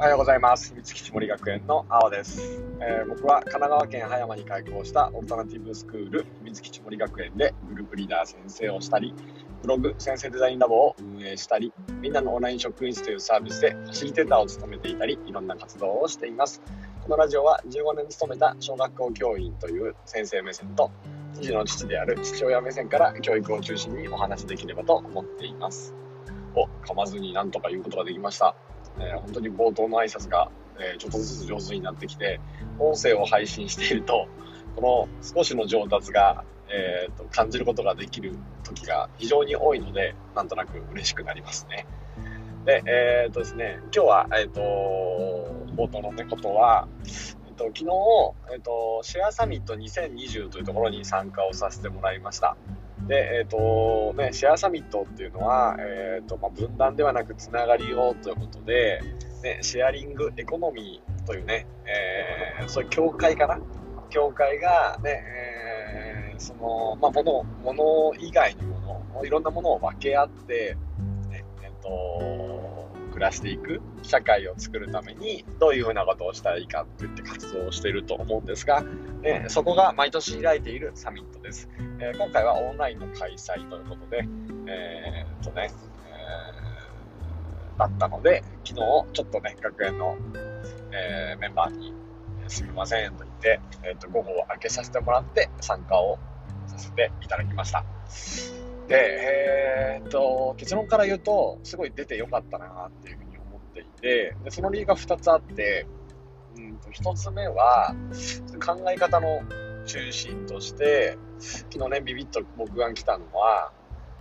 はようございます。三木森学園の青です。僕は神奈川県葉山に開校したオルタナティブスクール三木森学園でグループリーダー先生をしたり、ブログ先生デザインラボを運営したり、みんなのオンライン職員室というサービスでファシリテーターを務めていたり、いろんな活動をしています。このラジオは15年勤めた小学校教員という先生目線と、2児の父である父親目線から教育を中心にお話しできればと思っています。噛まずになんとか言うことができました。本当に冒頭の挨拶が、ちょっとずつ上手になってきて、音声を配信しているとこの少しの上達が、感じることができる時が非常に多いので、なんとなく嬉しくなりますね。で、ですね、今日は、冒頭のことは、昨日、シェアサミット2020というところに参加をさせてもらいました。で、シェアサミットっていうのは、分断ではなくつながりをということで、シェアリングエコノミーというね、そういう協会かな、協会がね、物以外のもの、いろんなものを分け合って、暮らしていく社会を作るためにどういうふうなことをしたらいいかといって活動をしていると思うんですが、そこが毎年開いているサミットです。今回はオンラインの開催ということで、だったので、昨日ちょっとね、学園の、メンバーにすみませんと言って、午後を空けさせてもらって参加をさせていただきました。で、結論から言うとすごい出てよかったなっていうふうに思っていて、でその理由が2つあって、1つ目は考え方の中心として、昨日ねビビッと僕が来たのは、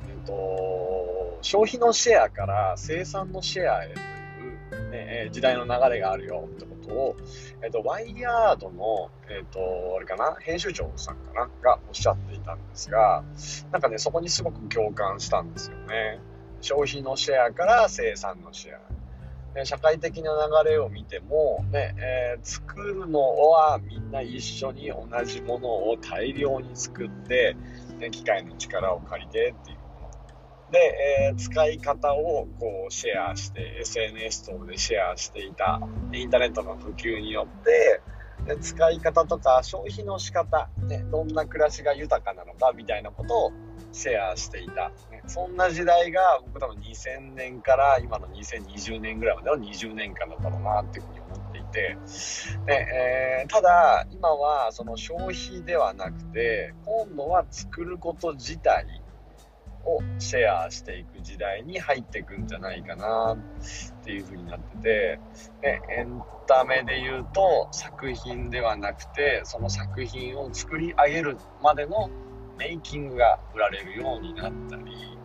消費のシェアから生産のシェアへという、時代の流れがあるよってことを、ワイヤードの、あれかな、編集長さんかながおっしゃっていたんですが、なんかね、そこにすごく共感したんですよね。消費のシェアから生産のシェア、社会的な流れを見ても、作るのはみんな一緒に同じものを大量に作って、機械の力を借りてっていうで、使い方をこうシェアして SNS 等でシェアしていたインターネットの普及によって、使い方とか消費の仕方、どんな暮らしが豊かなのかみたいなことをシェアしていた、そんな時代が僕多分2000年から今の2020年ぐらいまでの20年間だったろうなっていうふうに思っていて、ただ今はその消費ではなくて、今度は作ること自体をシェアしていく時代に入っていくんじゃないかなっていう風になってて、エンタメで言うと作品ではなくて、その作品を作り上げるまでのメイキングが売られるようになったり、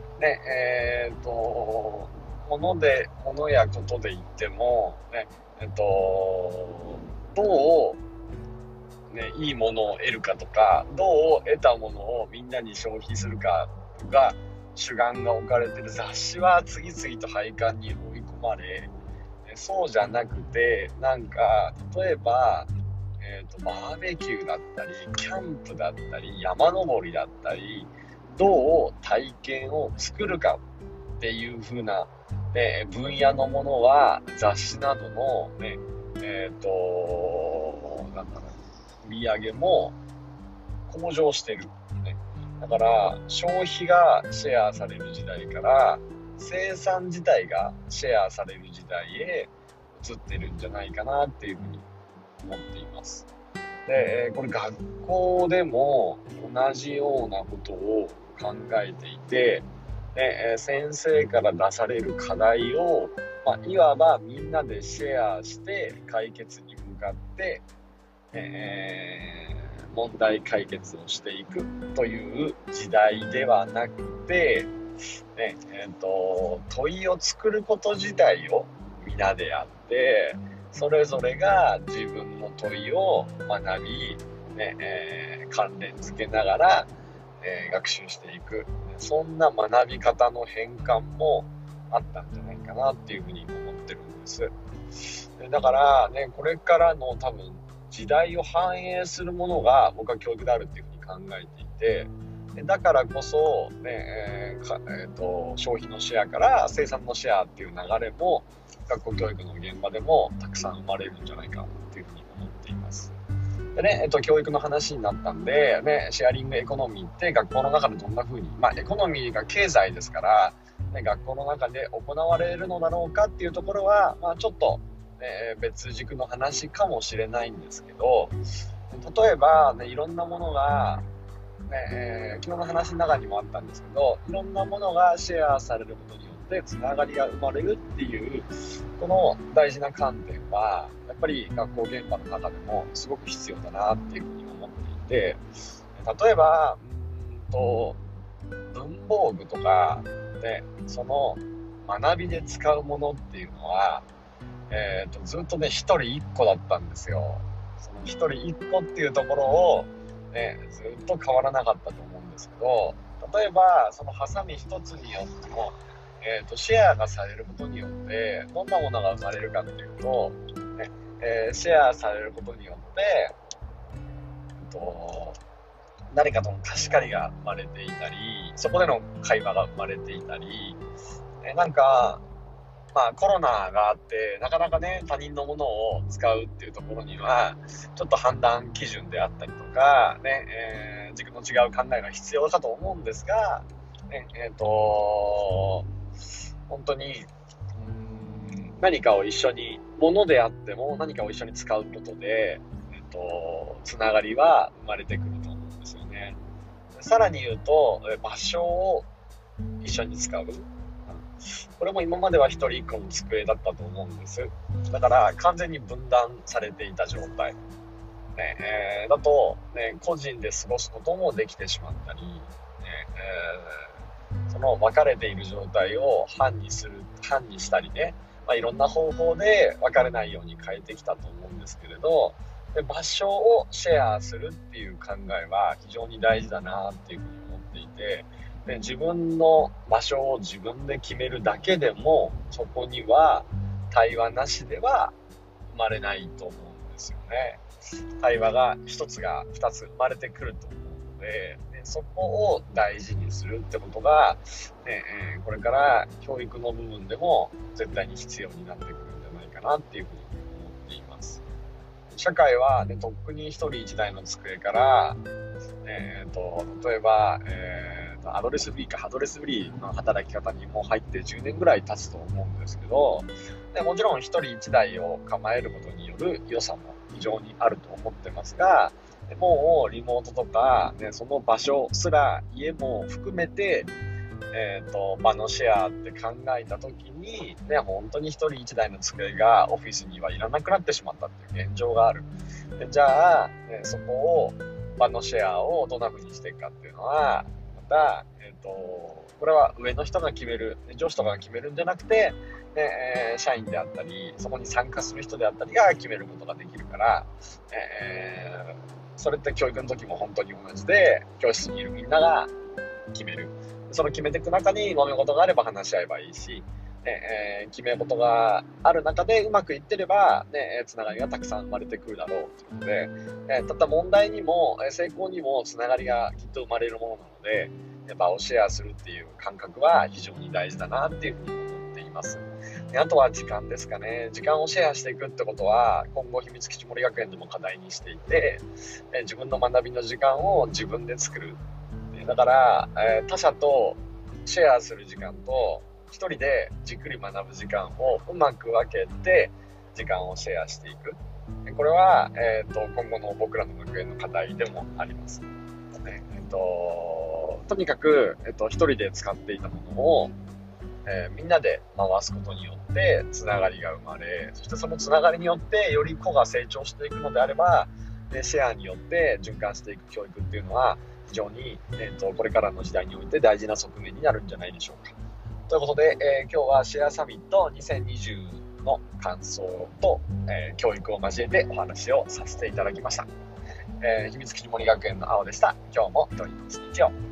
物やことで言っても、どういいものを得るかとか、どう得たものをみんなに消費するかが主眼が置かれている雑誌は次々と廃刊に追い込まれ、そうじゃなくて、なんか例えば、バーベキューだったりキャンプだったり山登りだったり、どう体験を作るかっていう風な、分野のものは雑誌などの、売り上げも向上してる、だから消費がシェアされる時代から生産自体がシェアされる時代へ移ってるんじゃないかなっていうふうに思っています。で、これ学校でも同じようなことを考えていて、先生から出される課題を、いわばみんなでシェアして解決に向かって、問題解決をしていくという時代ではなくて、問いを作ること自体をみんなでやって、それぞれが自分の問いを学び、関連付けながら、学習していく、そんな学び方の変換もあったんじゃないかなっていうふうに思ってるんです。だからね、これからの多分時代を反映するものが僕は教育であるっていうふうに考えていて、 だからこそ、消費のシェアから生産のシェアっていう流れも学校教育の現場でもたくさん生まれるんじゃないかっていうふうに思っています。でね、教育の話になったんで、シェアリングエコノミーって学校の中でどんな風に、エコノミーが経済ですから、学校の中で行われるのだろうかっていうところは、ちょっと、別軸の話かもしれないんですけど、例えば、いろんなものが、昨日の話の中にもあったんですけど、いろんなものがシェアされることによってつながりが生まれるっていうこの大事な観点はやっぱり学校現場の中でもすごく必要だなっていうふうに思っていて、例えば文房具とかでその学びで使うものっていうのは、ずっとね一人一個だったんですよ。その一人一個っていうところをずっと変わらなかったと思うんですけど、例えばそのハサミ一つによっても、シェアがされることによってどんなものが生まれるかっていうと、シェアされることによって、誰かとの貸し借りが生まれていたり、そこでの会話が生まれていたり、コロナがあってなかなかね他人のものを使うっていうところにはちょっと判断基準であったりとか軸の違う考えが必要かと思うんですが、本当に何かを一緒に物であっても何かを一緒に使うことで、つながりは生まれてくると思うんですよね。さらに言うと場所を一緒に使う、これも今までは一人一個の机だったと思うんです。だから完全に分断されていた状態、だと、個人で過ごすこともできてしまったり、その分かれている状態を班にしたりね、いろんな方法で分かれないように変えてきたと思うんですけれど、場所をシェアするっていう考えは非常に大事だなっていうふうに思っていて、自分の場所を自分で決めるだけでもそこには対話なしでは生まれないと思うんですよね。対話が一つが二つ生まれてくると思うので、そこを大事にするってことが、これから教育の部分でも絶対に必要になってくるんじゃないかなっていうふうに思っています。社会は、とっくに一人一台の机から、例えば、ハドレスビリの働き方にも入って10年ぐらい経つと思うんですけど、もちろん一人一台を構えることによる良さも非常にあると思ってますが、もうリモートとか、その場所すら家も含めて、場のシェアって考えた時に、本当に一人一台の机がオフィスにはいらなくなってしまったっていう現状がある。じゃあ、そこを場のシェアをどんな風にしていくかっていうのはまた、これは上の人が決める、上司とかが決めるんじゃなくて、社員であったりそこに参加する人であったりが決めることができるから、それって教育の時も本当に同じで、教室にいるみんなが決める。その決めていく中に揉め事があれば話し合えばいいし、決め事がある中でうまくいってれば、つながりがたくさん生まれてくるだろうということで、ただ問題にも成功にもつながりがきっと生まれるものなので、場をシェアするっていう感覚は非常に大事だなっていうふうに思っています。あとは時間ですかね。時間をシェアしていくってことは今後秘密基地森学園でも課題にしていて、自分の学びの時間を自分で作る。だから、他者とシェアする時間と一人でじっくり学ぶ時間をうまく分けて時間をシェアしていく。これは、今後の僕らの学園の課題でもあります。とにかく、一人で使っていたものを、みんなで回すことによってつながりが生まれ、そしてそのつながりによってより個が成長していくのであれば、シェアによって循環していく教育っていうのは非常に、これからの時代において大事な側面になるんじゃないでしょうか。ということで、今日はシェアサミット2020の感想と、教育を交えてお話をさせていただきました。秘密基地森学園の青でした。今日も良い一日を。